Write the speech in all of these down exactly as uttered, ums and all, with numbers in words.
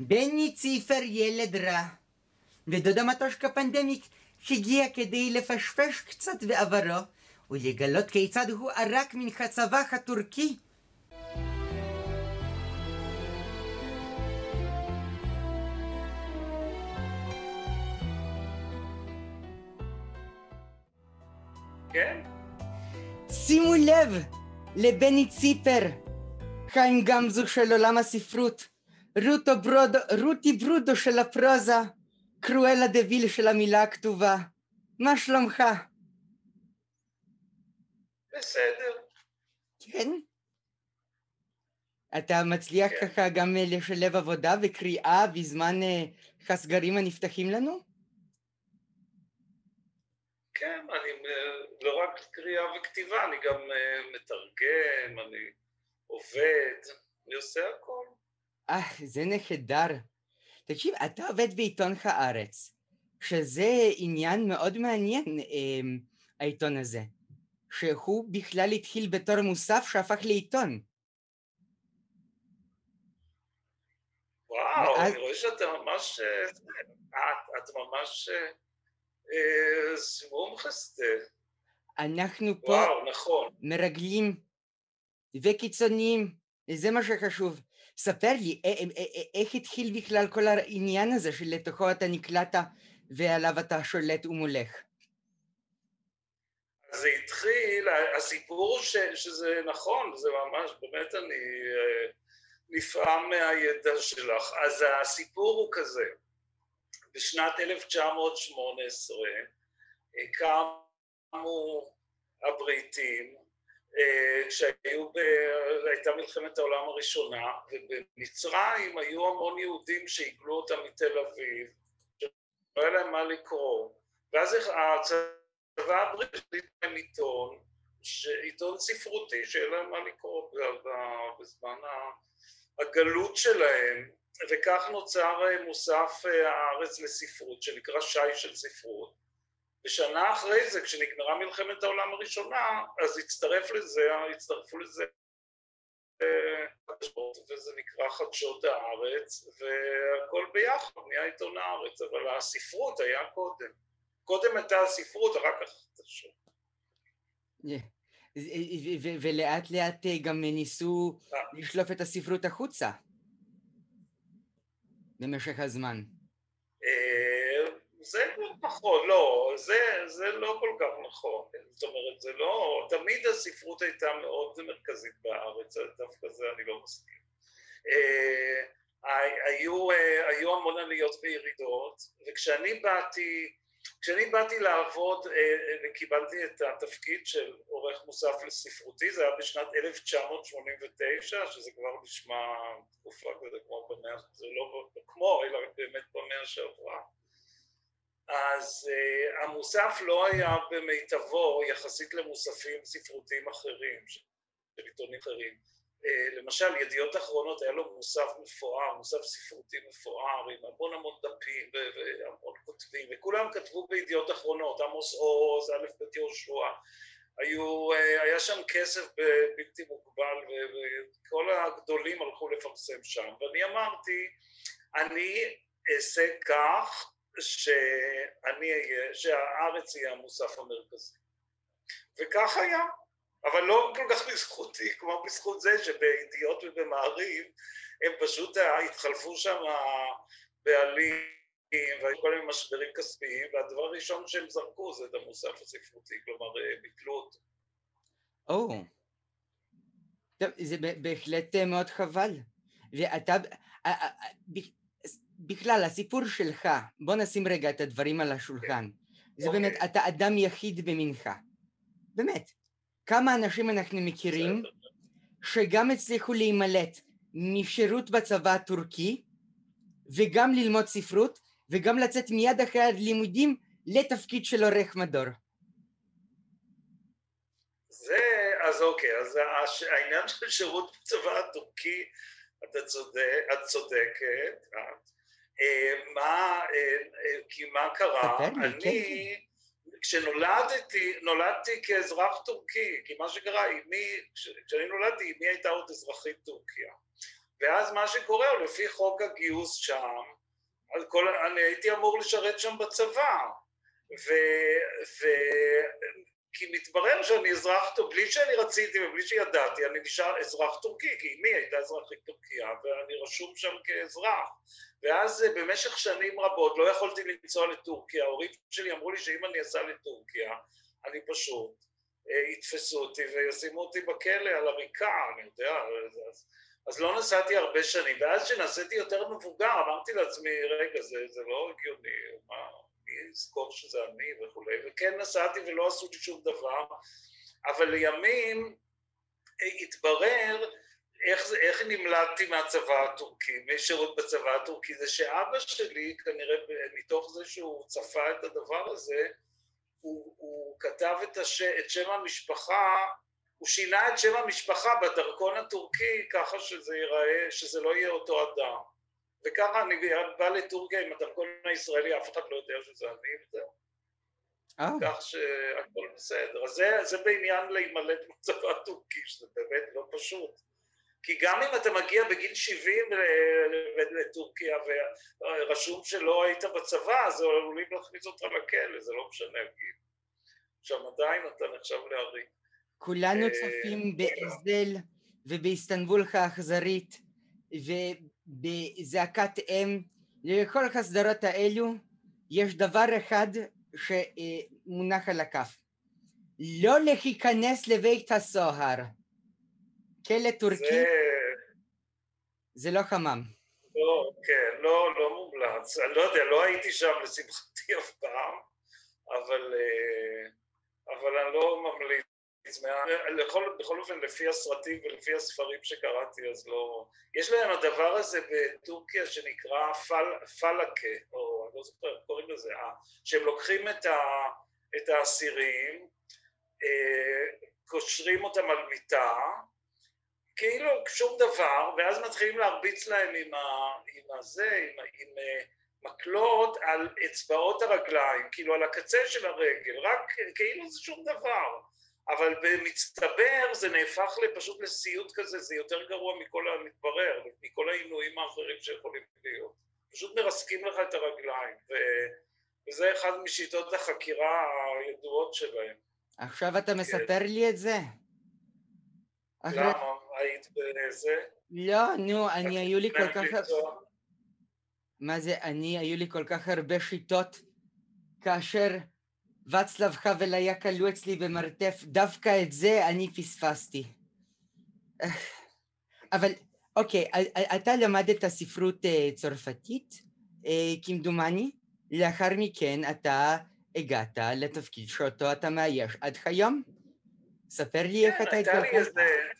בני ציפר ילד רע, ודודה מטושקה פנדמיק הגיע כדי לפשפש קצת בעברו ולגלות כיצד הוא ערק מן הצבא הטורקי. כן? שימו לב לבני ציפר, חיים גמזו של עולם הספרות, רוטו ברודו, רותי ברודו של הפרוזה, קרואלה דוויל של המילה הכתובה. מה שלומך? בסדר. כן? אתה מצליח כן. ככה גם לשלב עבודה וקריאה בזמן uh, הסגרים הנפתחים לנו? כן, אני לא רק קריאה וכתיבה, אני גם מתרגם, אני עובד, אני עושה הכל. אה, זה נהדר. תקשיב, אתה עובד בעיתון הארץ, שזה עניין מאוד מעניין, אה, העיתון הזה, שהוא בכלל התחיל בתור מוסף שהפך לעיתון. וואו, ואז... אני רואה שאתה ממש, את, את ממש סמום חסדה. אנחנו פה וואו, נכון. מרגלים וקיצוניים, זה מה שחשוב. ספר לי, איך התחיל בכלל כל העניין הזה שלתוכו אתה נקלעת ועליו אתה שולט ומולך? אז זה התחיל, הסיפור ש, שזה נכון, זה ממש, באמת אני נפעם מהידע שלך. אז הסיפור הוא כזה, בשנת אלף תשע מאות שמונה עשרה קמו הבריטים, כשהיו, הייתה מלחמת העולם הראשונה, ובמצרים היו המון יהודים שהגלו אותם מתל אביב, שלא היה להם מה לקרוא, ואז הצבא הבריטי החליט להם עיתון, עיתון ספרותי שאין להם מה לקרוא בזמן הגלות שלהם, וכך נוצר מוסף הארץ לספרות שנקרא שי של ספרות. ושנה אחרי זה, כשנגמרה מלחמת העולם הראשונה, אז הצטרף לזה, הצטרפו לזה וזה נקרא חדשות הארץ, והכל ביחד נהיה עיתון הארץ, אבל הספרות היה קודם. קודם הייתה הספרות, אחר כך חדשות. ולאט לאט גם ניסו לשלוף את הספרות החוצה במשך הזמן. זה נכון, לא, זה, זה לא כל כך נכון, זאת אומרת, זה לא, תמיד הספרות הייתה מאוד מרכזית בארץ, דווקא זה אני לא מסכים. היו, היו המון עליות וירידות, וכשאני באתי, כשאני באתי לעבוד וקיבלתי את התפקיד של עורך מוסף לספרותי, זה היה בשנת אלף תשע מאות שמונים ותשע, שזה כבר נשמע תקופה כזה כמו במאה, זה לא כמו, אלא באמת במאה שעברה. אז uh, המוסף לא היה במיטבו יחסית למוספים ספרותיים אחרים, של עיתונים אחרים. Uh, למשל, ידיעות אחרונות היה לו מוסף מפואר, מוסף ספרותי מפואר, עם המון המון דפים והמון כותבים, וכולם כתבו בידיעות אחרונות, עמוס עוז, א' ב' יהושע, היו, uh, היה שם כסף בלתי מוגבל, וכל הגדולים הלכו לפרסם שם, ואני אמרתי, אני אעשה כך, שאני אהיה, שהארץ יהיה המוסף המרכזי. וכך היה, אבל לא כל כך בזכותי, כמו בזכות זה שבידיעות ובמעריב, הם פשוט התחלפו שם הבעלים, והיו כל מיני משברים כספיים, והדבר הראשון שהם זרקו זה את המוסף הספרותי, כלומר, ביטלו אותו. או, טוב, זה בהחלט מאוד חבל. ואתה... בכלל, הסיפור שלך, בוא נשים רגע את הדברים על השולחן. זה אוקיי. באמת, אתה אדם יחיד במינך. באמת. כמה אנשים אנחנו מכירים שגם הצליחו להימלט משירות בצבא הטורקי, וגם ללמוד ספרות, וגם לצאת מיד אחרי הלימודים לתפקיד של עורך מדור. זה, אז אוקיי, אז העניין של שירות בצבא הטורקי, אתה צודק, את צודקת, מה, כי מה קרה? אני, כשנולדתי, נולדתי כאזרח טורקי, כי מה שקרה, כשאני נולדתי, אמי הייתה עוד אזרחית טורקיה. ואז מה שקורה הוא לפי חוק הגיוס שם, אז כל, אני הייתי אמור לשרת שם בצבא, ו, ו, כי מתברר שאני אזרח, בלי שאני רציתי ובלי שידעתי, אני נשאר אזרח טורקי, כי אמי הייתה אזרחית טורקיה, ואני רשום שם כאזרח. ואז במשך שנים רבות לא יכולתי לנסוע לטורקיה, ההורים שלי אמרו לי שאם אני אסע לטורקיה, אני פשוט יתפסו אותי וישימו אותי בכלא על עריקה, אני יודע, אז, אז לא נסעתי הרבה שנים, ואז כשנסעתי יותר מבוגר, אמרתי לעצמי, רגע, זה, זה לא הגיוני, מה, מי יזכור שזה אני וכולי, וכן נסעתי ולא עשו לי שום דבר, אבל לימים התברר איך, זה, איך נמלטתי מהצבא הטורקי, משירות בצבא הטורקי, זה שאבא שלי, כנראה מתוך זה שהוא צפה את הדבר הזה, הוא, הוא כתב את, הש, את שם המשפחה, הוא שינה את שם המשפחה בדרכון הטורקי ככה שזה ייראה, שזה לא יהיה אותו אדם. וככה אני בא לטורקיה עם הדרכון הישראלי, אף אחד לא יודע שזה אני וזהו. כך שהכל בסדר. אז זה, זה בעניין להימלט מצבא הטורקי, שזה באמת לא פשוט. כי גם אם אתה מגיע בגיל שבעים לטורקיה ורשום שלא היית בצבא, אז עלולים להכניס אותך לכלא, זה לא משנה גיל. עכשיו עדיין אתה נחשב להריג. כולנו צופים באזל ובאיסטנבול האכזרית ובזעקת אם. לכל הסדרות האלו יש דבר אחד שמונח על הכף. לא להיכנס לבית הסוהר. כלא טורקי זה... זה לא חמם. לא, כן, לא, לא מומלץ. אני לא יודע, לא הייתי שם לשמחתי אף פעם, אבל, אבל אני לא ממליץ. לכל, בכל אופן, לפי הסרטים ולפי הספרים שקראתי, אז לא... יש להם הדבר הזה בטורקיה שנקרא פל, פלקה, או אני לא זוכר, קוראים לזה, שהם לוקחים את, ה, את האסירים, קושרים אותם על מיטה, כאילו שום דבר, ואז מתחילים להרביץ להם עם, ה, עם הזה, עם, עם מקלות על אצבעות הרגליים, כאילו על הקצה של הרגל, רק כאילו זה שום דבר. אבל במצטבר זה נהפך פשוט לסיוט כזה, זה יותר גרוע מכל המתברר, מכל העינויים האחרים שיכולים להיות. פשוט מרסקים לך את הרגליים, ו... וזה אחד משיטות החקירה הידועות שלהם. עכשיו אתה מספר לי את זה? למה? היית בזה? לא, נו, אני היו לי כל כך... מה זה, אני היו לי כל כך הרבה שיטות כאשר... ואצלב חבל היה כלוא אצלי במרתף, דווקא את זה אני פספסתי. אבל אוקיי, אתה למדת ספרות צרפתית, כמדומני, לאחר מכן אתה הגעת לתפקיד שאותו אתה מאייש עד היום. ספר לי איך אתה התגלגלת.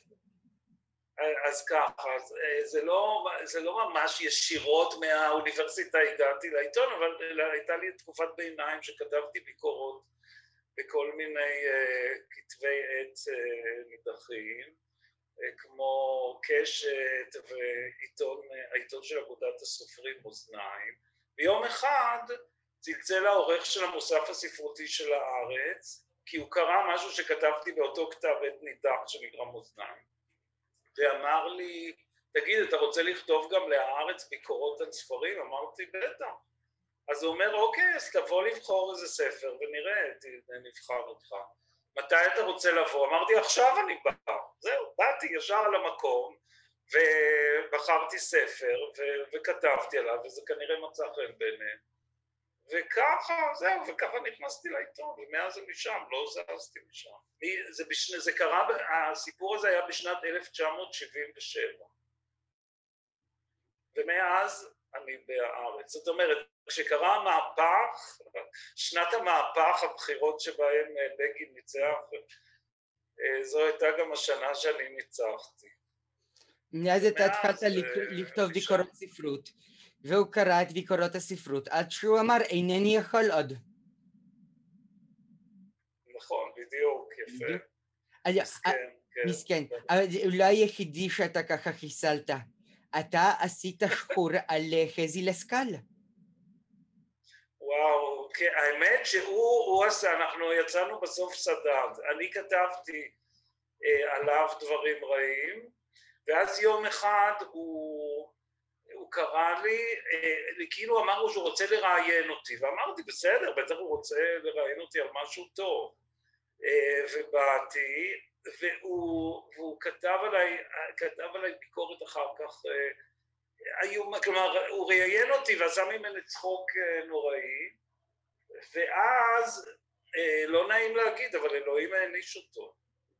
אז ככה, זה לא, זה לא ממש ישירות מהאוניברסיטה הגעתי לעיתון, אבל הייתה לי תקופת ביניים שכתבתי ביקורות בכל מיני uh, כתבי עת uh, נידחים, uh, כמו קשת ועיתון, uh, העיתון של אגודת הסופרים אוזניים. ביום אחד צלצל העורך של המוסף הספרותי של הארץ, כי הוא קרא משהו שכתבתי באותו כתב עת נידח שנקרא אוזניים. ואמר לי, תגיד, אתה רוצה לכתוב גם להארץ ביקורות על ספרים? אמרתי, בטח. אז הוא אומר, אוקיי, אז תבוא לבחור איזה ספר ונראה, נבחר אותך. מתי אתה רוצה לבוא? אמרתי, עכשיו אני בא. זהו, באתי ישר על המקום, ובחרתי ספר, ו- וכתבתי עליו, וזה כנראה מצא חן ביניהם. וככה, זהו, וככה נכנסתי לעיתון, ומאז זה משם, לא זזתי משם. זה, בשנה, זה קרה, הסיפור הזה היה בשנת אלף תשע מאות שבעים ושבע. ומאז אני בארץ. זאת אומרת, כשקרה המהפך, שנת המהפך, הבחירות שבהן בגין ניצח, זו הייתה גם השנה שאני ניצחתי. מאז אתה התחלת לכתוב ביקורות ספרות. והוא קרא את ביקורות הספרות עד שהוא אמר, אינני יכול עוד. נכון, בדיוק, יפה. מסכן, מסכן. אבל הוא לא היחידי שאתה ככה חיסלת. אתה עשית שחור על חזי לסקל. וואו, האמת שהוא עשה, אנחנו יצאנו בסוף סדד. אני כתבתי עליו דברים רעים, ואז יום אחד הוא, הוא קרא לי, כאילו אמר שהוא רוצה לראיין אותי, ואמרתי בסדר, בטח הוא רוצה לראיין אותי על משהו טוב, ובאתי, והוא, והוא כתב עליי, כתב עליי ביקורת אחר כך, היו, כלומר, הוא ראיין אותי ועשה ממני צחוק נוראי, ואז, לא נעים להגיד, אבל אלוהים העניש אותו.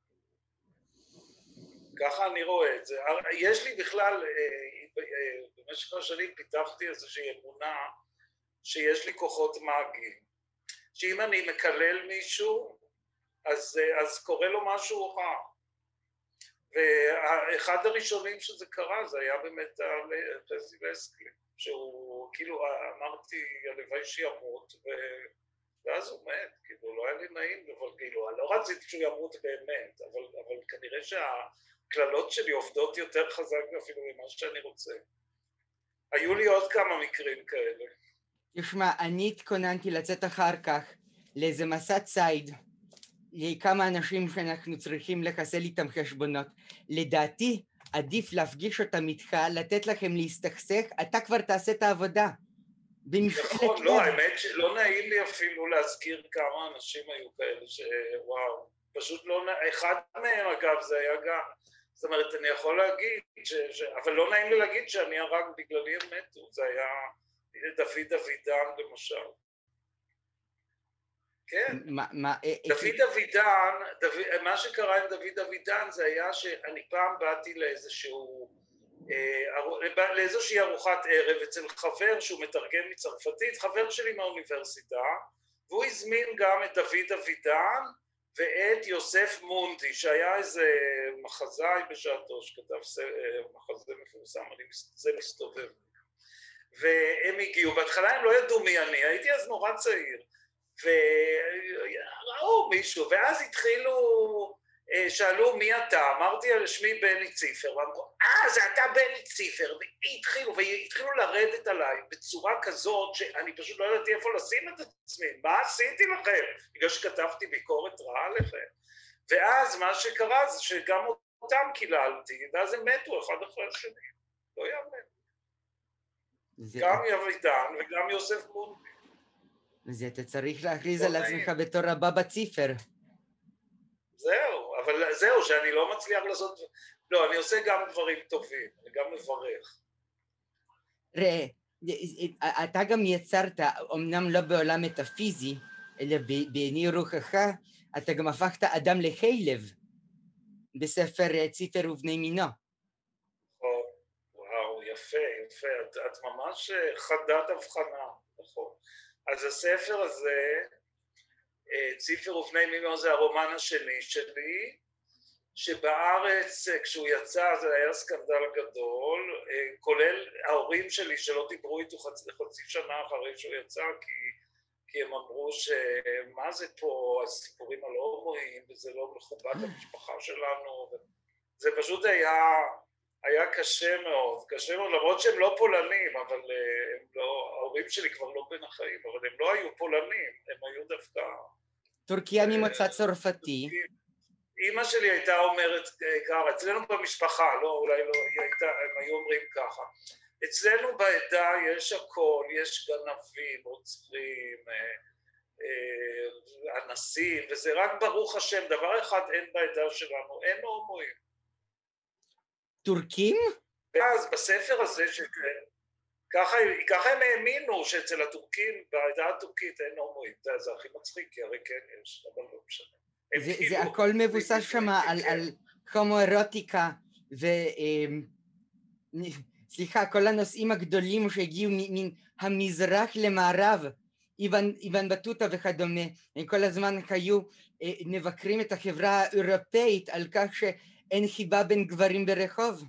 ככה אני רואה את זה. יש לי בכלל, במשך השנים פיתחתי איזושהי אמונה שיש לי כוחות מאגיים, שאם אני מקלל מישהו, אז, אז קורה לו משהו רע. ואחד הראשונים שזה קרה, זה היה באמת חזי לסקי, שהוא כאילו אמרתי, הלוואי שימות, ו... ואז הוא מת, כאילו לא היה לי נעים, אבל כאילו, אני לא רציתי שהוא ימות באמת, אבל, אבל כנראה שהכללות שלי עובדות יותר חזק אפילו ממה שאני רוצה. היו לי עוד כמה מקרים כאלה. תשמע, אני התכוננתי לצאת אחר כך לאיזה מסע ציד, לכמה אנשים שאנחנו צריכים לחסל איתם חשבונות. לדעתי, עדיף להפגיש אותם איתך, לתת לכם להסתכסך, אתה כבר תעשה את העבודה. נכון, לא, האמת שלא נעים לי אפילו להזכיר כמה אנשים היו כאלה שוואו, פשוט לא נעים, אחד מהם אגב זה היה גם, זאת אומרת אני יכול להגיד, ש, ש, אבל לא נעים לי להגיד שאני הרג בגללי הם מתו, זה היה דוד אבידן למשל. כן, מה, מה, דוד אבידן, דוד, מה שקרה עם דוד אבידן זה היה שאני פעם באתי לאיזשהו, לאיזושהי ארוחת ערב אצל חבר שהוא מתרגם מצרפתית, חבר שלי מהאוניברסיטה, והוא הזמין גם את דוד אבידן ואת יוסף מונדי, שהיה איזה מחזאי בשעתו שכתב מחזה מפורסם, אני, זה מסתובב. והם הגיעו, בהתחלה הם לא ידעו מי אני, הייתי אז נורא צעיר, וראו מישהו, ואז התחילו, שאלו מי אתה, אמרתי על שמי בני ציפר, ואמרו, אה זה אתה בני ציפר, והתחילו, והתחילו לרדת עליי בצורה כזאת שאני פשוט לא ידעתי איפה לשים את עצמי, מה עשיתי לכם? בגלל שכתבתי ביקורת רעה לכם, ואז מה שקרה זה שגם אותם קיללתי, ואז הם מתו אחד אחרי השני, לא יאמן. זה... גם יבידן וגם יוסף מונדי. אז אתה צריך להכריז על עצמך בתור הבבא ציפר. זהו, אבל זהו, שאני לא מצליח לעשות, לא, אני עושה גם דברים טובים, אני גם מברך. ראה, אתה גם יצרת, אמנם לא בעולם מטאפיזי, אלא בעיני רוחך, אתה גם הפכת אדם לחלב, בספר ציפר ובני מינו. וואו, יפה, יפה, את, את ממש חדת הבחנה, נכון. אז הספר הזה, ציפר ובני מינו זה הרומן השני שלי, שבארץ כשהוא יצא זה היה סקנדל גדול, כולל ההורים שלי שלא דיברו איתו חצי, חצי שנה אחרי שהוא יצא, כי, כי הם אמרו שמה זה פה, הסיפורים הלא הומואים, וזה לא מכובד למשפחה שלנו, זה פשוט היה, היה קשה מאוד, קשה מאוד, למרות שהם לא פולנים, אבל הם לא, ההורים שלי כבר לא בין החיים, אבל הם לא היו פולנים, הם היו דווקא... טורקיה ממוצא צרפתי. אמא שלי הייתה אומרת ככה, אצלנו במשפחה, לא, אולי לא, היא הייתה, הם היו אומרים ככה, אצלנו בעדה יש הכל, יש גנבים, רוצחים, אנסים, וזה רק ברוך השם, דבר אחד אין בעדה שלנו, אין הומואים. טורקים? ואז בספר הזה, ככה, ככה הם האמינו שאצל הטורקים, בעדה הטורקית אין הומואים, זה, זה הכי מצחיק, כי הרי כן יש, אבל לא משנה. זה, זה הכל מבוסס שם על, על הומואירוטיקה ו... סליחה, כל הנושאים הגדולים שהגיעו מן המזרח למערב, איוון, איוון בטוטה וכדומה, הם כל הזמן היו מבקרים את החברה האירופאית על כך שאין חיבה בין גברים ברחוב.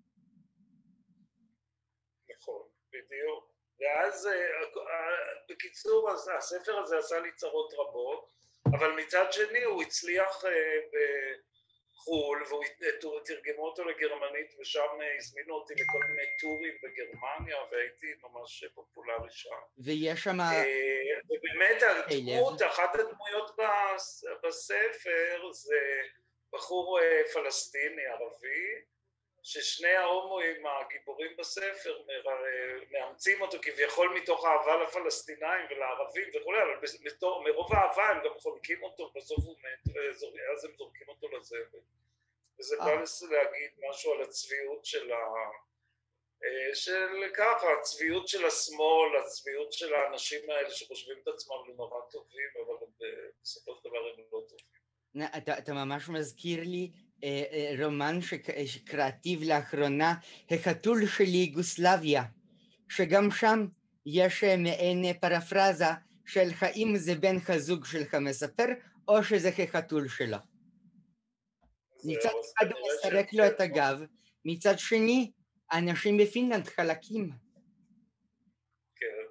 נכון, בדיוק. ואז, בקיצור, הספר הזה עשה לי צרות רבות, אבל מצד שני הוא הצליח בחול, והוא תרגמו אותו לגרמנית, ושם הזמינו אותי לכל מיני טורים בגרמניה, והייתי ממש פופולרי שם. ויש שם... ובאמת הדמות, אחת הדמויות בספר זה בחור פלסטיני, ערבי, ששני ההומואים הגיבורים בספר מאמצים אותו כביכול מתוך אהבה לפלסטינאים ולערבים וכולי, אבל מרוב האהבה הם גם חולקים אותו, בסוף הוא מת, ואז הם זורקים אותו לזבל. וזה בא להגיד משהו על הצביעות של ה... של ככה, הצביעות של השמאל, הצביעות של האנשים האלה שחושבים את עצמם לנורא טובים, אבל בסופו של דבר הם לא טובים. אתה, אתה ממש מזכיר לי אה, אה, רומן שקראתי לאחרונה, החתול של יוגוסלביה, שגם שם יש מעין פרפרזה של האם זה בן הזוג שלך מספר, או שזה החתול שלו. מצד אחד הוא מסרק לו את הגב, מצד שני, אנשים בפינלנד חלקים. כן,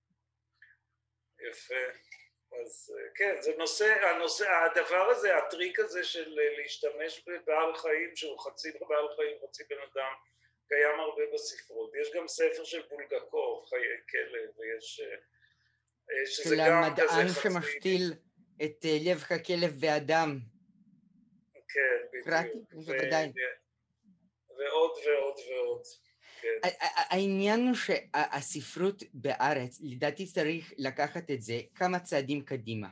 יפה. אז כן, זה נושא, הנושא, הדבר הזה, הטריק הזה של להשתמש בבעל חיים, שהוא חצי בעל חיים, חצי בן אדם, קיים הרבה בספרות. יש גם ספר של בולגקוב, חיי כלב, ויש... של המדען שמשתיל את לב הכלב באדם. כן, בדיוק. קראתי, בוודאי. ועוד ועוד ועוד. העניין הוא שהספרות בארץ, לדעתי צריך לקחת את זה כמה צעדים קדימה.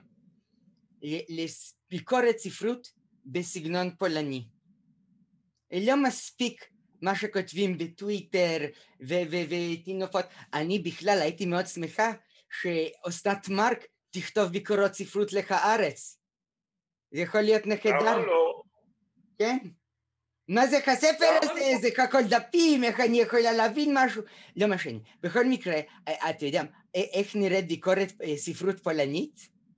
לביקורת ספרות בסגנון פולני. לא מספיק מה שכותבים בטוויטר ותינופות. אני בכלל הייתי מאוד שמחה שאסנת מארק תכתוב ביקורות ספרות לארץ. זה יכול להיות נהדר. למה לא? כן. מה זה הספר הזה? זה ככל דפים, איך אני יכולה להבין משהו? לא משנה. בכל מקרה, אתה יודע, איך נראית ביקורת ספרות פולנית?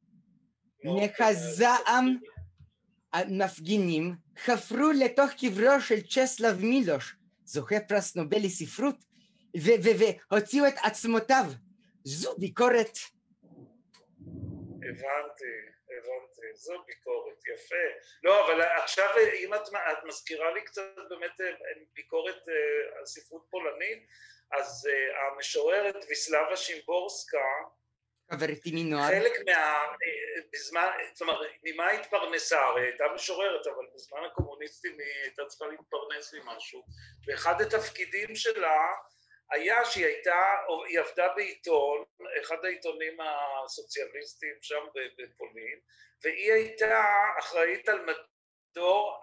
מהזעם המפגינים חפרו לתוך קברו של צ'סלב מילוש, זוכה פרס נובל לספרות, והוציאו את עצמותיו. זו ביקורת. הבנתי. הבנתי, זו ביקורת, יפה. לא, אבל עכשיו אם את, את מזכירה לי קצת באמת ביקורת על ספרות פולנית, אז המשוררת ויסלבה שימבורסקה, חברתי מנוער, חלק מה... בזמן, זאת אומרת, ממה התפרנסה? הרי הייתה משוררת, אבל בזמן הקומוניסטים היא הייתה צריכה להתפרנס ממשהו, ואחד התפקידים שלה היה שהיא הייתה, היא עבדה בעיתון, אחד העיתונים הסוציאליסטיים שם בפולין, והיא הייתה אחראית על מדור,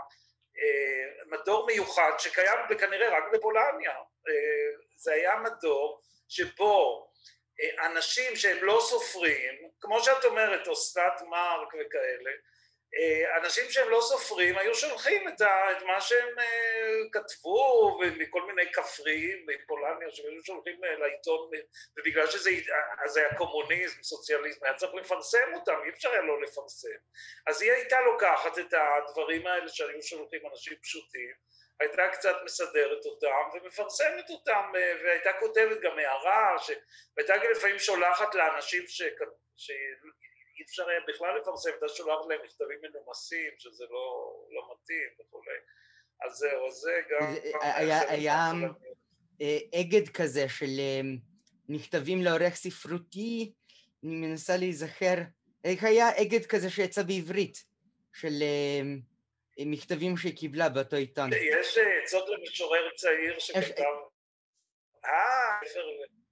מדור מיוחד שקיים כנראה רק בפולניה. זה היה מדור שבו אנשים שהם לא סופרים, כמו שאת אומרת, אסנת מארק וכאלה, אנשים שהם לא סופרים היו שולחים את, ה, את מה שהם כתבו ומכל מיני כפריים בפולניה שהיו שולחים לעיתון, ובגלל שזה אז היה קומוניזם, סוציאליזם, היה צריך לפרסם אותם, אי אפשר היה לא לפרסם. אז היא הייתה לוקחת את הדברים האלה שהיו שולחים אנשים פשוטים, הייתה קצת מסדרת אותם ומפרסמת אותם, והייתה כותבת גם הערה, והייתה גם לפעמים שולחת לאנשים ש... ש... אי אפשר היה בכלל לפרסם, אתה שולח להם מכתבים מנומסים, שזה לא, לא מתאים וכולי. אז זהו, אז זה גם... היה, היה אגד כזה של מכתבים לעורך ספרותי, אני מנסה להיזכר, איך היה אגד כזה שיצא בעברית, של מכתבים שקיבלה באותו עיתון. יש עצות למשורר צעיר שכתב... אה, ספר...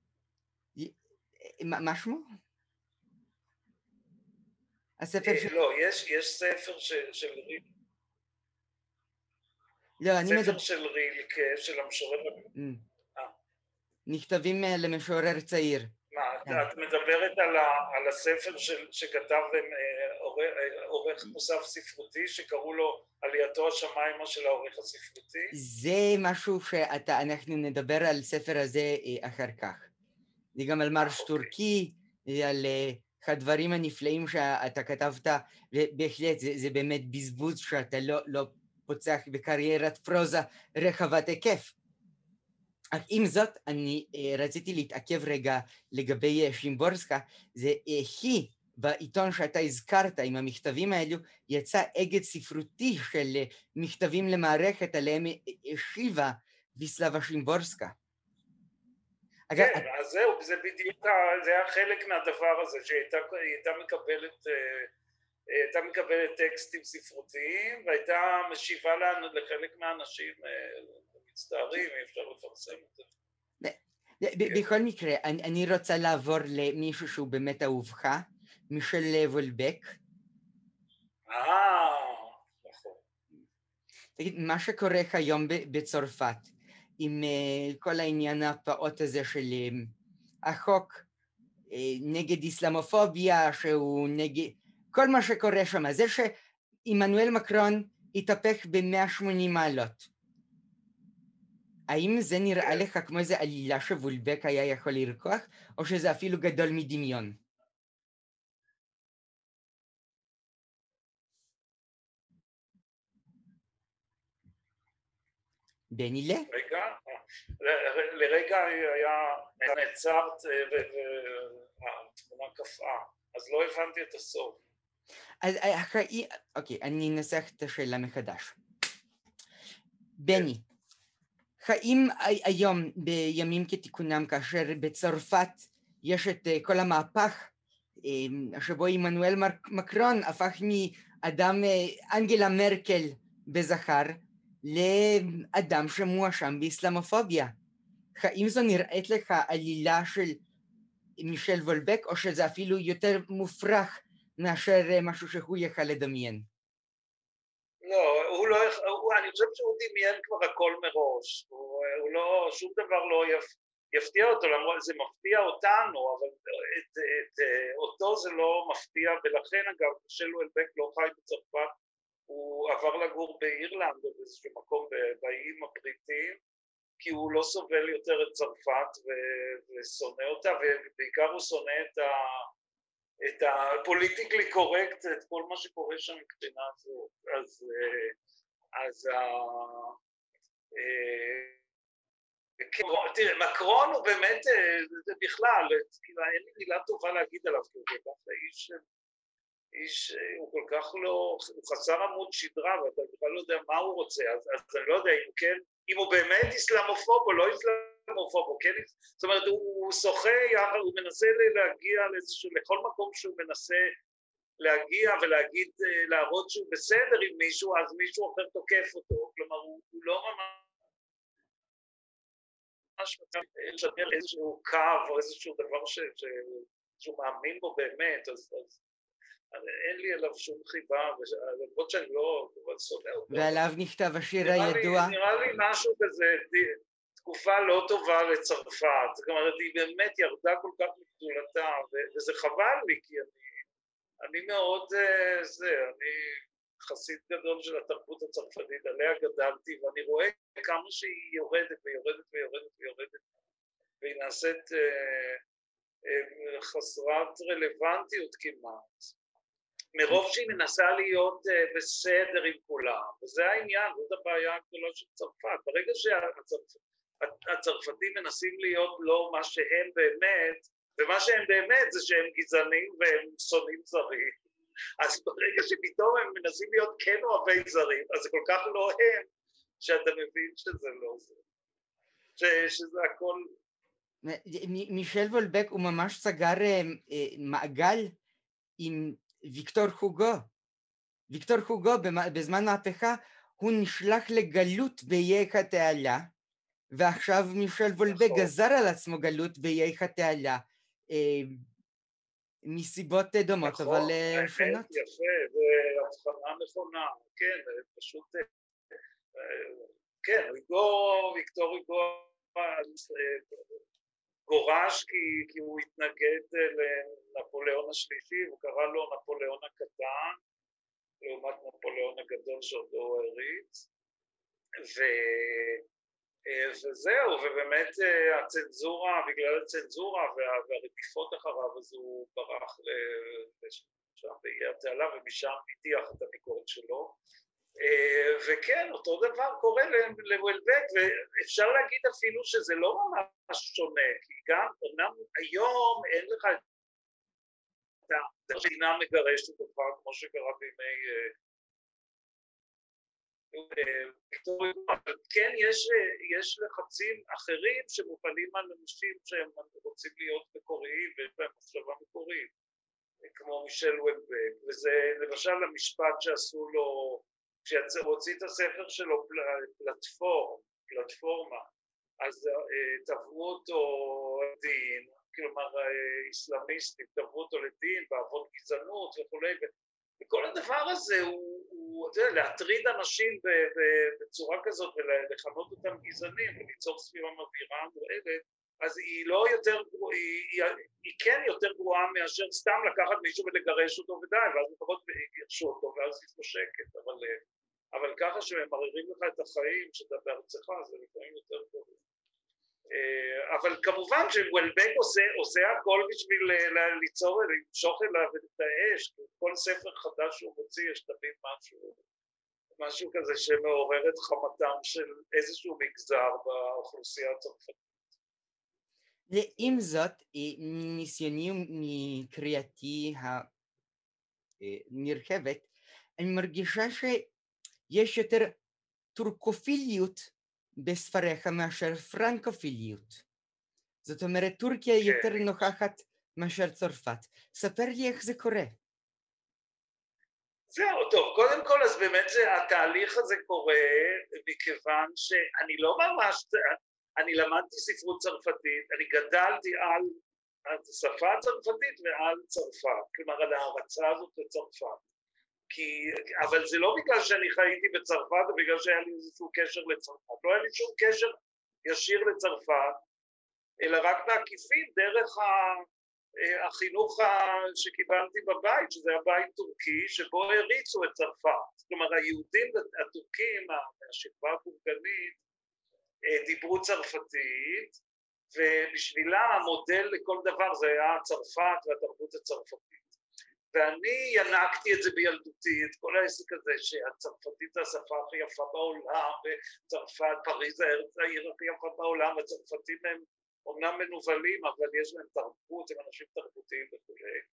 מה שמו? הספר של... לא, יש, יש ספר של, של ריל... לא, אני מדבר... ספר של ריל, של המשורר... נכתבים למשורר צעיר. מה, את מדברת על, ה, על הספר של, שכתב עורך מוסף ספרותי, שקראו לו עלייתו השמיימה של העורך הספרותי? זה משהו שאנחנו נדבר על ספר הזה אחר כך. זה גם על מרש טורקי, על... הדברים הנפלאים שאתה כתבת, ובהחלט זה, זה באמת בזבוז שאתה לא, לא פוצח בקריירת פרוזה רחבת היקף. אך עם זאת, אני רציתי להתעכב רגע לגבי שימבורסקה, זה היא, בעיתון שאתה הזכרת עם המכתבים האלו, יצא אגד ספרותי של מכתבים למערכת עליהם השיבה ויסלבה שימבורסקה. כן, אז זהו, זה בדיוק, זה היה חלק מהדבר הזה, שהיא הייתה מקבלת הייתה מקבלת טקסטים ספרותיים, והייתה משיבה לנו לחלק מהאנשים מצטערים, אי אפשר לפרסם את זה. בכל מקרה, אני רוצה לעבור למישהו שהוא באמת אהובך, מישל וולבק. אה, נכון. תגיד, מה שקורה היום בצרפת, עם כל העניין הפעוט הזה של החוק נגד איסלאמופוביה, שהוא נגד... כל מה שקורה שם, זה שעמנואל מקרון התהפך ב-מאה ושמונים מעלות. האם זה נראה לך כמו איזו עלילה שוולבק היה יכול לרקוח, או שזה אפילו גדול מדמיון? בנילה? רגע, לרגע היה נעצרת והתמונה קפאה, אז לא הבנתי את הסוף. אז אוקיי, אני אנסח את השאלה מחדש. בני, האם היום בימים כתיקונם, כאשר בצרפת יש את כל המהפך שבו עמנואל מקרון הפך מאדם אנגלה מרקל בזכר לאדם שמואשם באסלאמופוביה, האם זו נראית לך עלילה של מישל וולבק, או שזה אפילו יותר מופרך מאשר משהו שהוא יכל לדמיין? לא, הוא לא, הוא, אני חושב שהוא דמיין כבר הכל מראש, הוא, הוא לא, שום דבר לא יפ, יפתיע אותו, למרות זה מפתיע אותנו, אבל את, את, אותו זה לא מפתיע, ולכן אגב, מישל וולבק לא חי בצרפת, הוא עבר לגור באירלנד, או באיזשהו מקום באיים הבריטיים, כי הוא לא סובל יותר את צרפת ושונא אותה, ובעיקר הוא שונא את ה... את הפוליטיקלי קורקט, את כל מה שקורה שם מבחינה הזאת. אז, אז תראה, מקרון הוא באמת, זה בכלל, אין לי מילה טובה להגיד עליו, כי הוא כל כך איש, איש, הוא כל כך לא, הוא חסר עמוד שדרה, ואתה בכלל לא יודע מה הוא רוצה, אז, אז אני לא יודע אם כן, אם הוא באמת איסלאמופוב או לא איסלאמופוב, כן, זאת אומרת, הוא שוחה יחד, הוא מנסה להגיע לאיזשהו, לכל מקום שהוא מנסה להגיע ולהגיד, להראות שהוא בסדר עם מישהו, אז מישהו אחר תוקף אותו, כלומר, הוא, הוא לא ממש לשדר איזשהו קו או איזשהו דבר ש, ש, שהוא מאמין בו באמת, אז, אז אין לי עליו שום חיבה, למרות שאני לא שונא אותו. ועליו נכתב השיר הידוע. נראה לי משהו כזה, תקופה לא טובה לצרפת, זאת אומרת, היא באמת ירדה כל כך מגדולתה, וזה חבל לי, כי אני מאוד, זה, אני חסיד גדול של התרבות הצרפתית, עליה גדלתי, ואני רואה כמה שהיא יורדת ויורדת ויורדת ויורדת, והיא נעשית חסרת רלוונטיות כמעט. מרוב שהיא מנסה להיות בסדר עם כולם, וזה העניין, זאת הבעיה הגדולה של צרפת. ברגע שהצרפתים מנסים להיות לא מה שהם באמת, ומה שהם באמת זה שהם גזענים והם שונאים זרים, אז ברגע שפתאום הם מנסים להיות כן אוהבי זרים, אז זה כל כך לא הם, שאתה מבין שזה לא זה, שזה הכל... מישל וולבק הוא ממש סגר מעגל עם ויקטור חוגו. ויקטור חוגו בזמן מהפכה הוא נשלח לגלות באיי התעלה, ועכשיו מישל וולבק גזר על עצמו גלות באיי התעלה, מסיבות דומות, אבל שונות. יפה, והבחנה נכונה, כן, פשוט, כן, ויקטור חוגו גורש כי, כי הוא התנגד לנפוליאון השלישי, הוא קרא לו נפוליאון הקטן, לעומת נפוליאון הגדול שעוד לא הריץ, ו... וזהו, ובאמת הצנזורה, בגלל הצנזורה וה... והרדיפות אחריו, אז הוא ברח לשם באיי התעלה, ומשם הטיח את הביקורת שלו. וכן, אותו דבר קורה לוולבק, ואפשר להגיד אפילו שזה לא ממש שונה, כי גם אומנם היום אין לך את המדינה מגרשת את הדבר, כמו שקרה בימי ויקטוריה, אבל כן יש לחצים אחרים שמופעלים על אנשים שהם רוצים להיות מקוריים ויש להם מחשבה מקורית. כמו מישל וולבק, וזה למשל המשפט שעשו לו, כשהוציא את הספר שלו פלטפורם, פלטפורמה, אז תבעו אותו דין, כלומר איסלאמיסטים, תבעו אותו לדין בעוון גזענות וכולי, וכל הדבר הזה הוא, הוא יודע, להטריד אנשים בצורה כזאת ולכנות אותם גזענים וליצור סביבם אווירה מורעבת, אז היא לא יותר, היא, היא, היא כן יותר גרועה מאשר סתם לקחת מישהו ולגרש אותו ודי, ואז לפחות יגרשו אותו ואז היא חושקת, אבל, אבל ככה שממררים לך את החיים שאתה בארצך, זה לפעמים יותר גרוע. אבל כמובן שוולבק עושה, עושה הכל בשביל ליצור, למשוך אליו את האש, כל ספר חדש שהוא מוציא יש תמיד משהו, משהו כזה שמעורר את חמתם של איזשהו מגזר באוכלוסייה הצרפתית. עם זאת, מניסיוני ומקריאתי הנרחבת, אני מרגישה שיש יותר טורקופיליות בספריך מאשר פרנקופיליות. זאת אומרת, טורקיה כן. יותר נוכחת מאשר צרפת. ספר לי איך זה קורה. זהו, טוב, קודם כל, אז באמת זה, התהליך הזה קורה מכיוון שאני לא ממש, אני למדתי ספרות צרפתית, אני גדלתי על השפה הצרפתית ועל צרפת, כלומר על ההרצה הזאת לצרפת. כי, אבל זה לא בגלל שאני חייתי בצרפת או בגלל שהיה לי איזשהו קשר לצרפת, לא היה לי שום קשר ישיר לצרפת, אלא רק בעקיפין דרך החינוך שקיבלתי בבית, שזה היה בית טורקי, שבו הריצו את צרפת. כלומר, היהודים הטורקים מהשכבה הבורגנית דיברו צרפתית, ובשבילם המודל לכל דבר זה היה צרפת והתרבות הצרפתית. ואני ינקתי את זה בילדותי, את כל העסק הזה שהצרפתית זה השפה הכי יפה בעולם, וצרפת, פריז העיר הכי יפה בעולם, והצרפתים הם אומנם מנובלים, אבל יש להם תרבות, הם אנשים תרבותיים וכו'.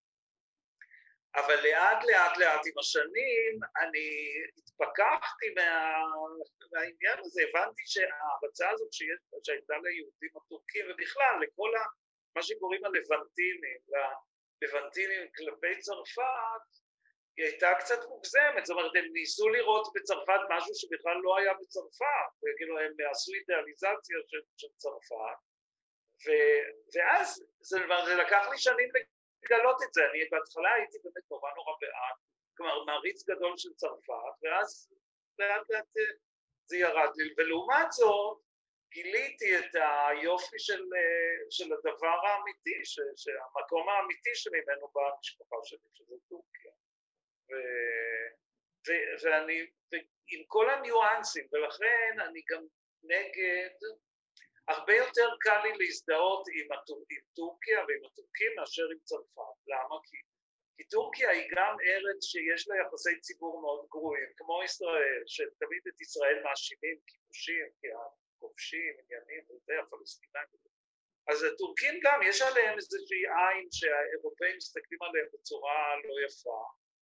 אבל לאט לאט לאט עם השנים אני התפכחתי מה... מהעניין הזה, הבנתי שההרצאה הזאת שיש, שהייתה ליהודים הטורקים, ובכלל לכל ה... מה שקוראים הלבנטינים, לבנטינים כלפי צרפת, היא הייתה קצת מוגזמת, זאת אומרת, הם ניסו לראות בצרפת משהו שבכלל לא היה בצרפת, וכאילו הם עשו אידיאליזציה של, של צרפת, ו, ואז זה, זה לקח לי שנים לגלות את זה, אני בהתחלה הייתי באמת נורא נורא בעד, כלומר מעריץ גדול של צרפת, ואז לאט לאט זה ירד לי, ולעומת זאת, גיליתי את היופי של, של הדבר האמיתי, ש, שהמקום האמיתי שממנו באה המשפחה שלי, שזה טורקיה. ו, ו, ואני, ועם כל הניואנסים, ולכן אני גם נגד, הרבה יותר קל לי להזדהות עם, הטור, עם טורקיה ועם הטורקים מאשר עם צרפת. למה? כי, כי טורקיה היא גם ארץ שיש לה יחסי ציבור מאוד גרועים, כמו ישראל, שתמיד את ישראל מאשימים כיבושים, כי כובשים, עניינים, וזה, הפלסטינאים. אז הטורקים גם, יש עליהם איזושהי עין שהאירופאים מסתכלים עליהם בצורה לא יפה,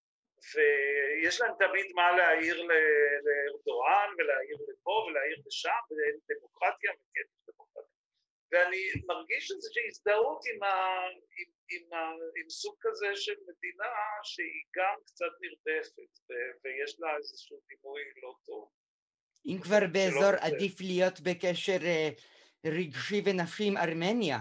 ויש להם תמיד מה להעיר לארדואן, ולהעיר לפה, ולהעיר לשם, ודמוקרטיה, וכן, דמוקרטיה. ואני מרגיש איזושהי הזדהות עם, ה, עם, עם, ה, עם סוג כזה של מדינה שהיא גם קצת נרדפת, ויש לה איזשהו דימוי לא טוב. אם כבר באזור עדיף להיות בקשר רגשי ונפשי עם ארמניה,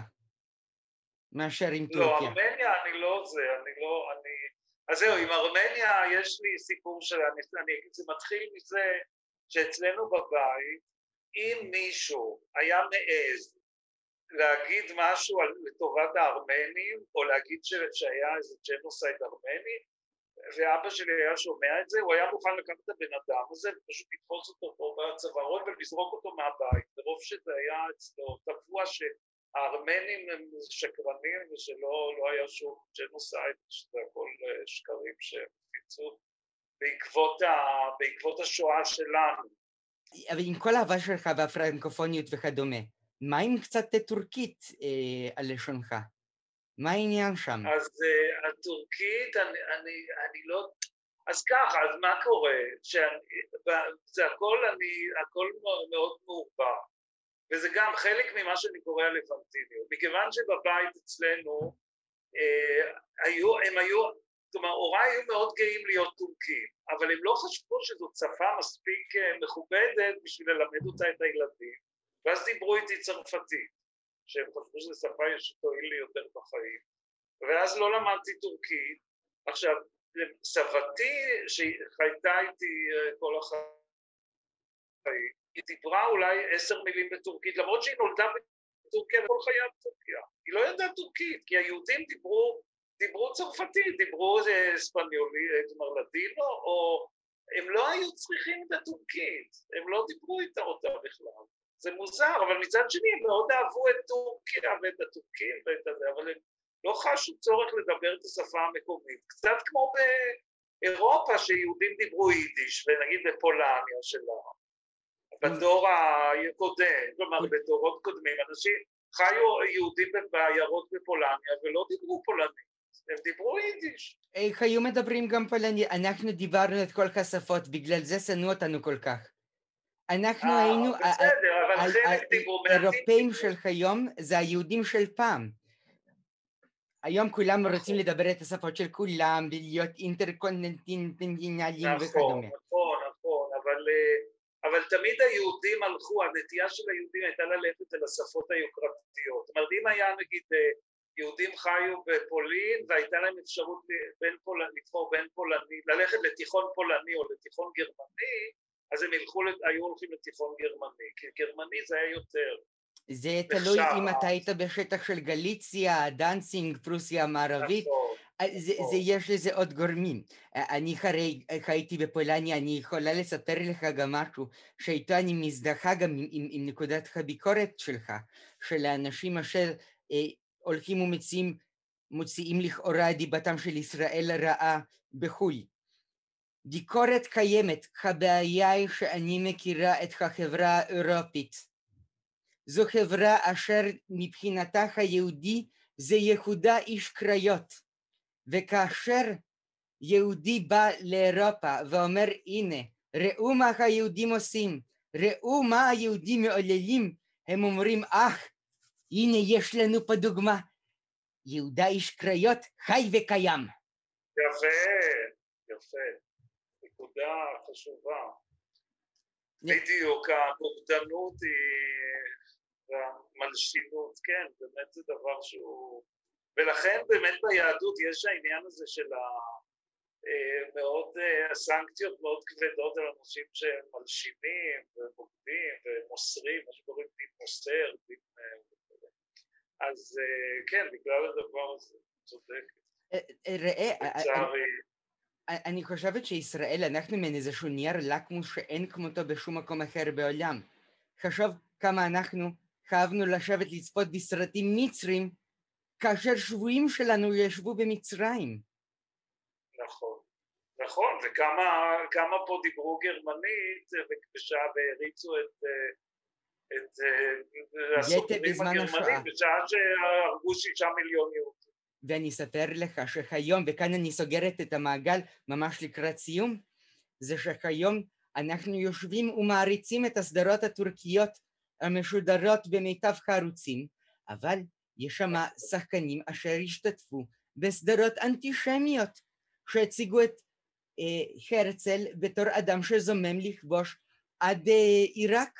מאשר עם טורקיה. לא, ארמניה אני לא זה, אני לא, אני... אז זהו, עם ארמניה יש לי סיפור של... אני, זה מתחיל מזה שאצלנו בבית, אם מישהו היה מעז להגיד משהו לטובת הארמנים, או להגיד שהיה איזה ג'נוסייד ארמני, ואבא שלי היה שומע את זה, הוא היה מוכן לקחת את הבן אדם הזה, ופשוט לתפוס אותו פה בצווארון ולזרוק אותו מהבית, ברוב שזה היה אצלו טבוע שהארמנים הם שקרנים ושלא לא היה שום ג'נוסייד, שזה הכל שקרים שהפיצו בעקבות, ה, בעקבות השואה שלנו. אבל עם כל האהבה שלך והפרנקופוניות וכדומה, מה עם קצת טורקית אה, על לשונך? מה העניין שם? אז uh, הטורקית, אני, אני, אני לא... אז ככה, אז מה קורה? שאני, זה הכל, אני, הכל מאוד מעורבב. וזה גם חלק ממה שאני קורא הלבנטיניות. מכיוון שבבית אצלנו היו, הם היו, כלומר, הוריי היו מאוד גאים להיות טורקים, אבל הם לא חשבו שזאת שפה מספיק מכובדת בשביל ללמד אותה את הילדים, ואז דיברו איתי צרפתית, שהם חשבו שזו שפה שתועיל לי יותר בחיים, ואז לא למדתי טורקית. עכשיו, סבתי שחייתה איתי כל החיים, היא דיברה אולי עשר מילים בטורקית, למרות שהיא נולדה בטורקיה וכל חייה בטורקיה. היא לא ידעה טורקית, כי היהודים דיברו, דיברו צרפתית, דיברו ספניולי, כלומר לדינו, או הם לא היו צריכים את הטורקית, הם לא דיברו איתה אותה בכלל. זה מוזר, אבל מצד שני הם מאוד אהבו את טורקיה ואת הטורקים ואת הזה, אבל הם לא חשו צורך לדבר את השפה המקומית. קצת כמו באירופה שיהודים דיברו יידיש, ונגיד בפולניה שלה. בדור הקודם, כלומר בדורות קודמים, אנשים חיו יהודים בעיירות בפולניה ולא דיברו פולנית, הם דיברו יידיש. איך היו מדברים גם פולנית? אנחנו דיברנו את כל השפות, בגלל זה שנאו אותנו כל כך. אנחנו היינו, האירופאים של היום זה היהודים של פעם. היום כולם רוצים לדבר את השפות של כולם, ולהיות אינטרקונטיננטליים וכדומה. נכון, נכון, אבל... אבל תמיד היהודים הלכו, הנטייה של היהודים הייתה ללכת אל השפות היוקרתיות. זאת אומרת, אם היה נגיד יהודים חיו בפולין והייתה להם אפשרות בין פולני, לבחור בין פולני, ללכת לתיכון פולני או לתיכון גרמני, אז הם הלכו, היו הולכים לתיכון גרמני, כי גרמני זה היה יותר. זה תלוי אם אתה היית בשטח של גליציה, דנצינג, פרוסיה המערבית, זה, זה יש לזה עוד גורמים. אני חרי, חייתי בפולניה, אני יכולה לספר לך גם משהו, שאיתו אני מזדהה גם עם, עם, עם נקודת הביקורת שלך, של האנשים אשר אה, הולכים ומציעים, מוציאים לכאורה דיבתם של ישראל רעה בחו"ל. ביקורת קיימת, הבעיה היא שאני מכירה את החברה האירופית. זו חברה אשר מבחינתה היהודי זה יהודה איש קריות, וכאשר יהודי בא לאירופה ואומר הנה ראו מה היהודים עושים, ראו מה היהודים מעוללים, הם אומרים אך הנה יש לנו פה דוגמה, יהודה איש קריות חי וקיים. יפה, יפה, נקודה חשובה. בדיוק, הבוגדנות היא והמלשינות, כן, באמת זה דבר שהוא... ולכן באמת ביהדות יש העניין הזה של מאוד, הסנקציות מאוד כבדות על אנשים שהם מלשינים ובוגדים ומוסרים, מה שקוראים דין מוסר, דין... אז כן, בגלל הדבר הזה, צודק. ראה, אני חושבת שישראל, אנחנו מן איזשהו נייר לקמוס שאין כמותו בשום מקום אחר בעולם. חשוב כמה אנחנו חייבנו לשבת לצפות בסרטים מצרים, כאשר שבויים שלנו ישבו במצרים. נכון, נכון, וכמה פה דיברו גרמנית, בשעה והריצו את, את הסופרים הגרמנים, בשעה שהרגו שישה מיליון יהודים. ואני אספר לך שהיום, וכאן אני סוגרת את המעגל ממש לקראת סיום, זה שהיום אנחנו יושבים ומעריצים את הסדרות הטורקיות המשודרות במיטב הערוצים, אבל יש שם שחקנים אשר השתתפו בסדרות אנטישמיות, שהציגו את אה, הרצל בתור אדם שזומם לכבוש עד אה, עיראק.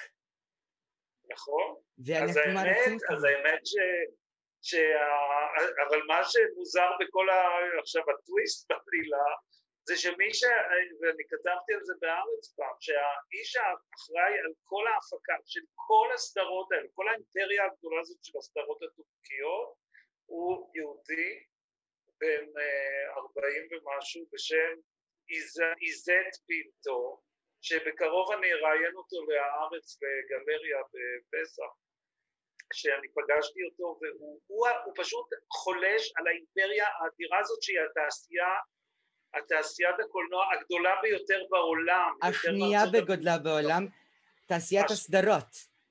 נכון, אז האמת, אז האמת ש... ש... אבל מה שמוזר בכל ה... עכשיו הטוויסט בפלילה, זה שמי ש... ואני כתבתי על זה בארץ פעם, שהאיש האחראי על כל ההפקה של כל הסדרות האלה, כל האימפריה הגדולה הזאת של הסדרות הטורקיות, הוא יהודי בן ארבעים ומשהו בשם איזט פינטו, שבקרוב אני אראיין אותו לארץ בגלריה בפסח, שאני פגשתי אותו, והוא הוא, הוא פשוט חולש על האימפריה האדירה הזאת שהיא התעשייה, התעשיית הקולנוע הגדולה ביותר בעולם. השנייה בגודלה בעולם, תעשיית הסדרות.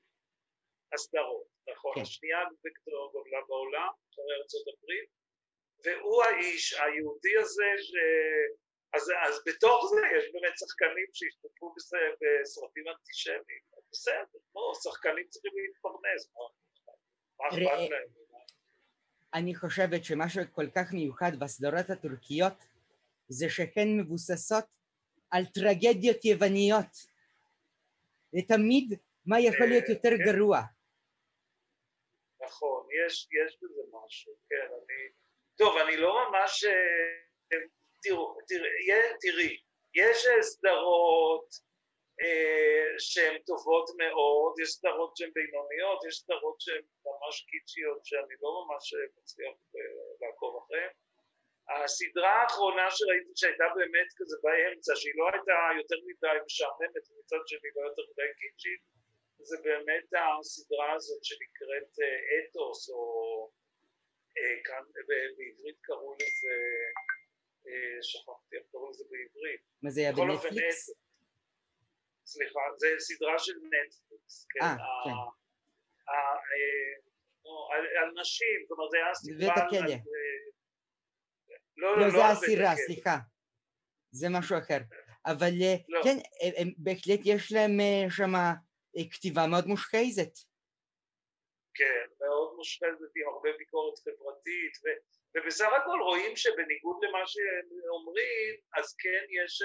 הסדרות, נכון, השנייה בגודלה בעולם, אחרי ארצות הברית, והוא האיש היהודי הזה, ש... אז, אז בתוך זה יש באמת שחקנים שהשתתפו בסרטים אנטישמיים, בסדר, לא, שחקנים צריכים להתפרנס, מה אכפת להם? אני חושבת שמה שכל כך מיוחד בסדרות הטורקיות זה שהן מבוססות על טרגדיות יווניות. ותמיד מה יכול להיות יותר גרוע. נכון, יש, יש בזה משהו, כן, אני... טוב, אני לא ממש... תראו, תראי, תראי, יש סדרות אה, שהן טובות מאוד, יש סדרות שהן בינוניות, יש סדרות שהן ממש קיצ'יות שאני לא ממש מצליח לעקוב אחריהן. הסדרה האחרונה שראיתי שהייתה באמת כזה באמצע, שהיא לא הייתה יותר מדי משעממת ומצד שני לא יותר מדי קיצ'ית, זה באמת הסדרה הזאת שנקראת אתוס, או כאן בעברית קראו לזה, שכחתי איך קראו לזה בעברית. מה זה היה בנטפליקס? סליחה, זה סדרה של נטפליקס, כן. אה, כן. על נשים, זאת אומרת זה היה סדרה... בית הכלא. לא, לא, זה הסירה, סליחה. זה משהו אחר. אבל כן, בהחלט יש להם שם כתיבה מאוד מושחזת. כן, מאוד מושחזת עם הרבה ביקורת חברתית, ובסך הכל רואים שבניגוד למה שאומרים, אז כן יש...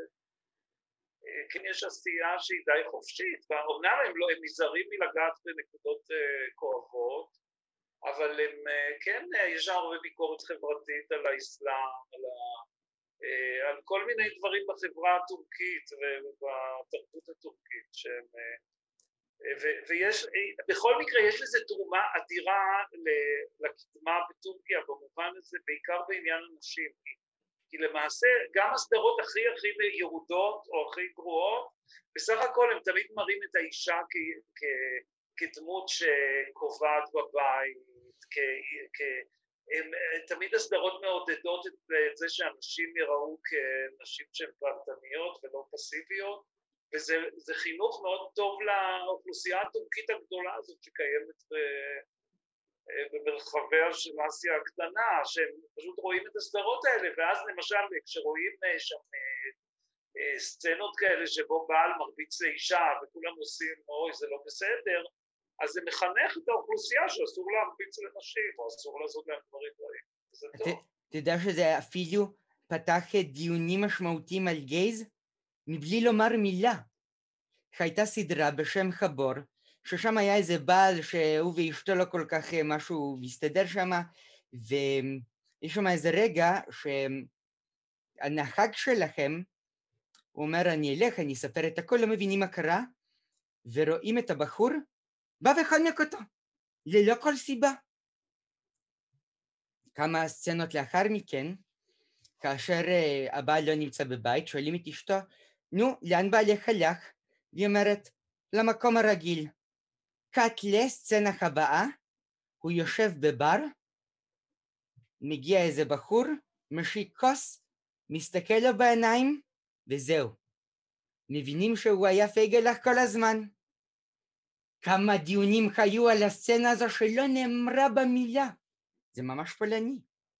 כן יש עשייה שהיא די חופשית, ואומנם הם לא, הם נזהרים מלגעת בנקודות כואבות, אבל הם כן, יש הרבה ביקורת חברתית על האסלאם, על, ה, על כל מיני דברים בחברה הטורקית ובתרבות הטורקית, שהם, ו, ויש, בכל מקרה יש לזה תרומה אדירה לקדמה בטורקיה, במובן הזה, בעיקר בעניין הנשים, כי למעשה גם הסדרות הכי הכי ירודות או הכי גרועות, בסך הכל הם תמיד מראים את האישה כ, כ, כדמות שקובעת בבית, כ, כ, הם, תמיד הסדרות מעודדות את, את זה שאנשים יראו כנשים שהן פרטניות ולא פסיביות, וזה חינוך מאוד טוב לאוכלוסייה הטורקית הגדולה הזאת שקיימת ב... במרחביה של אסיה הקטנה, שהם פשוט רואים את הסדרות האלה, ואז למשל כשרואים שם סצנות כאלה שבו בעל מרביץ לאישה וכולם עושים אוי זה לא בסדר, אז זה מחנך את האוכלוסייה שאסור להרביץ לנשים או אסור לעשות להם דברים רעים. זה טוב. אתה יודע שזה אפילו פתח דיונים משמעותיים על גייז מבלי לומר מילה. הייתה סדרה בשם חבור, ששם היה איזה בעל שהוא ואשתו לא כל כך משהו מסתדר שם, ויש שם איזה רגע שהנחג שלכם, הוא אומר אני אלך, אני אספר את הכל, לא מבינים מה קרה, ורואים את הבחור, בא וחונק אותו, ללא כל סיבה. כמה סצנות לאחר מכן, כאשר הבעל לא נמצא בבית, שואלים את אשתו, נו, לאן בעלך הלך? והיא אומרת, למקום הרגיל. קאטלה, סצנה הבאה, הוא יושב בבר, מגיע איזה בחור, משיק כוס, מסתכל לו בעיניים, וזהו. מבינים שהוא היה פייגלח כל הזמן. כמה דיונים היו על הסצנה הזו שלא נאמרה במילה. זה ממש פולני.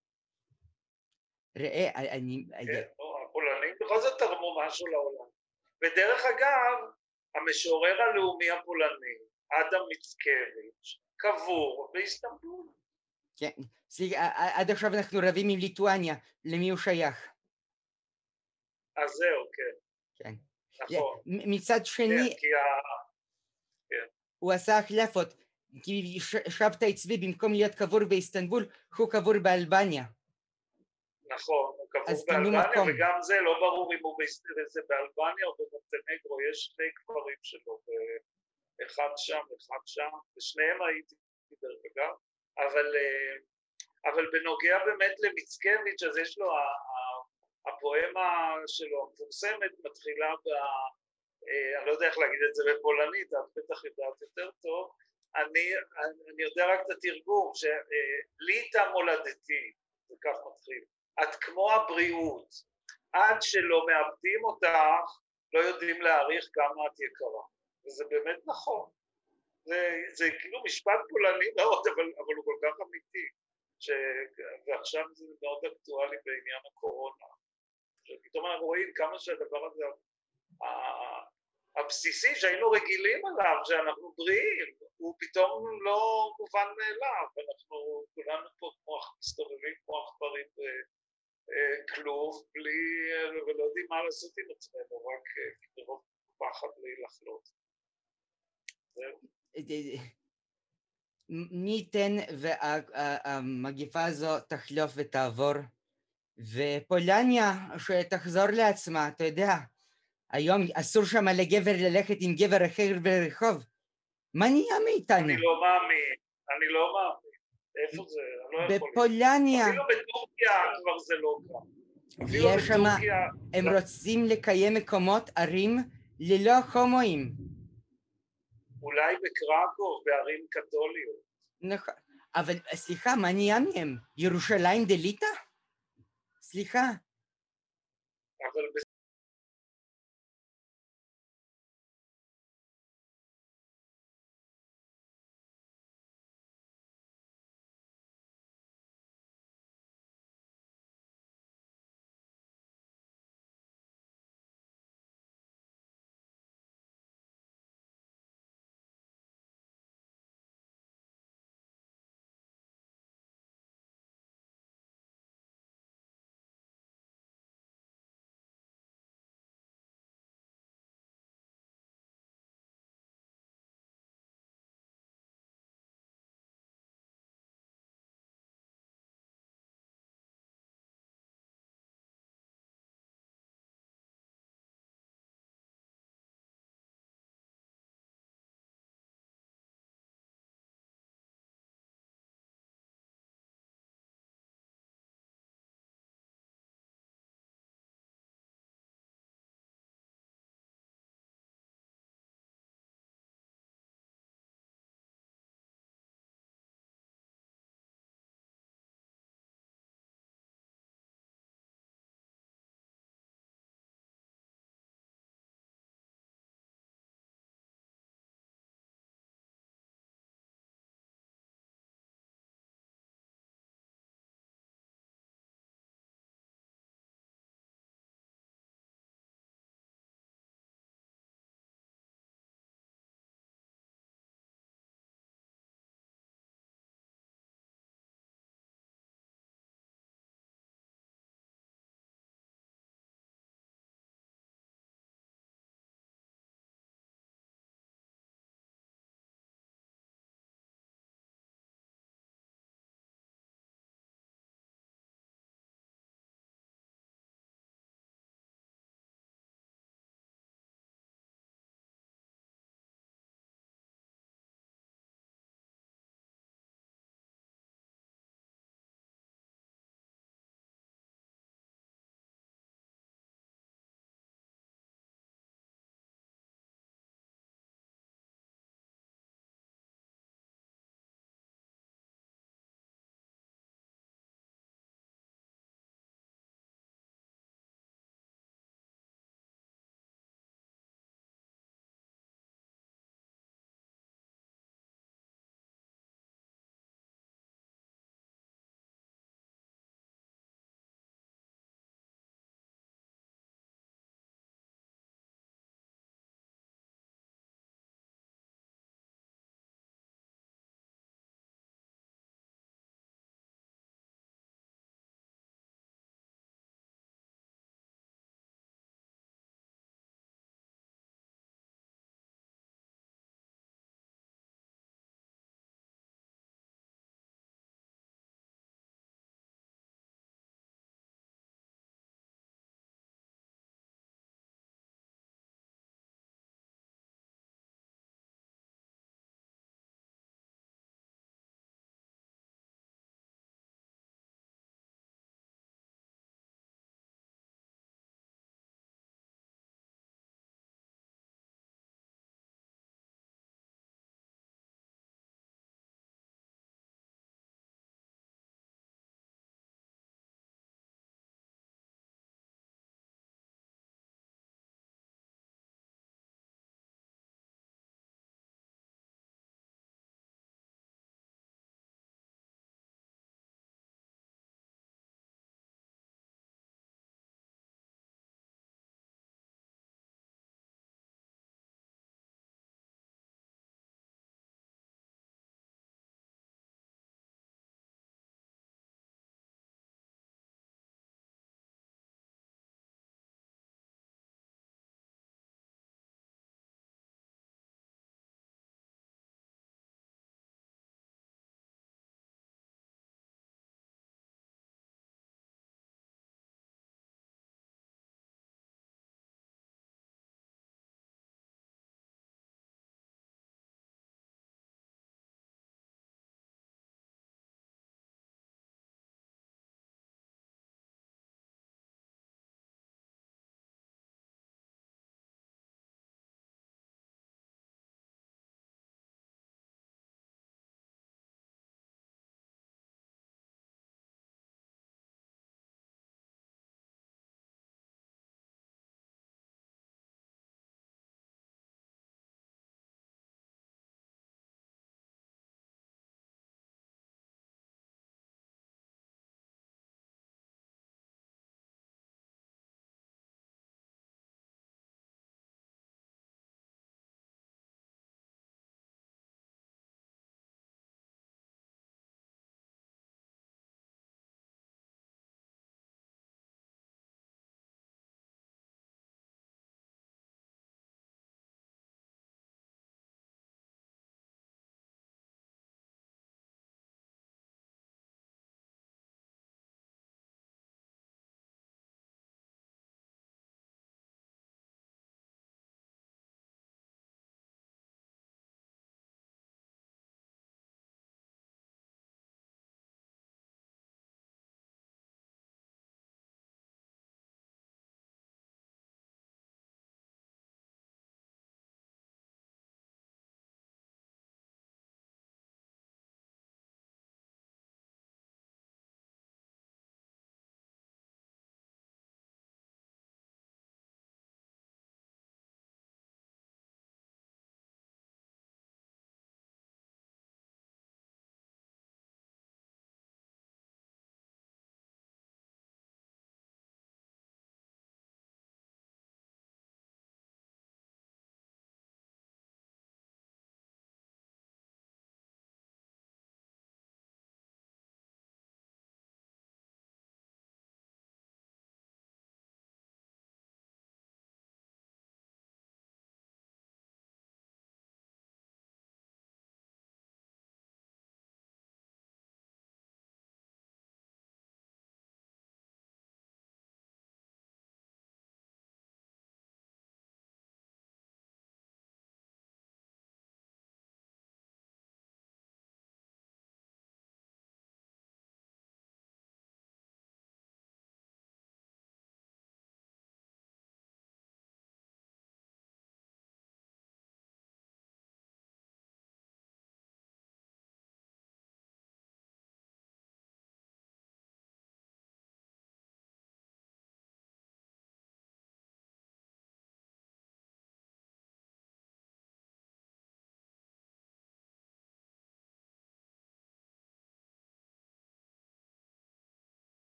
ראה, אני... כן, הפולנים בכל זאת תרמו משהו לעולם. ודרך אגב, המשורר הלאומי הפולני, אדם מיצקביץ', קבור באיסטנבול. כן, סליחה, עד עכשיו אנחנו רבים עם ליטואניה, למי הוא שייך? אז זהו, כן. כן. נכון. מצד שני, כן, כי ה... כן. הוא עשה החלפות, כי שבתאי צבי במקום להיות קבור באיסטנבול, הוא קבור באלבניה. נכון, הוא קבור באלבניה, וגם זה לא ברור אם הוא זה באלבניה או במונטנגרו, יש שני כפרים שלו, אחד שם, אחד שם, ושניהם הייתי דרך אגב, אבל, אבל בנוגע באמת למיצקביץ', אז יש לו, הפואמה שלו המפורסמת מתחילה ב... אני לא יודע איך להגיד את זה בפולנית, את בטח יודעת יותר טוב, אני, אני יודע רק את התרגום, שליטה מולדתי, זה כך מתחיל, את כמו הבריאות, עד שלא מאבדים אותך, לא יודעים להעריך כמה את יקרה, וזה באמת נכון, זה, זה כאילו משפט פולני מאוד, אבל, אבל הוא כל כך אמיתי, ש... ועכשיו זה מאוד אקטואלי בעניין הקורונה, שפתאום אנחנו רואים כמה שהדבר הזה, הבסיסי שהיינו רגילים עליו, שאנחנו בריאים, הוא פתאום לא מובן מאליו, אנחנו כולנו פה כמו מסתובבים כמו עכברים בכלוב, בלי, ולא יודעים מה לעשות עם עצמנו, רק כמרוב פחד בלי לחלות. מי ייתן והמגיפה הזו תחלוף ותעבור, ופולניה שתחזור לעצמה, אתה יודע, היום אסור שם לגבר ללכת עם גבר אחר ברחוב. מה נהיה מאיתנו? אני לא מאמין, אני לא מאמין. איפה זה? אני לא יכול. בפולניה. אפילו בטורקיה כבר זה לא קרה. יש שם, הם רוצים לקיים מקומות, ערים, ללא הומואים. אולי בקרקוב, בערים קתוליות. נכון. אבל סליחה, מה נהיה מהם? ירושלים דליטה? סליחה.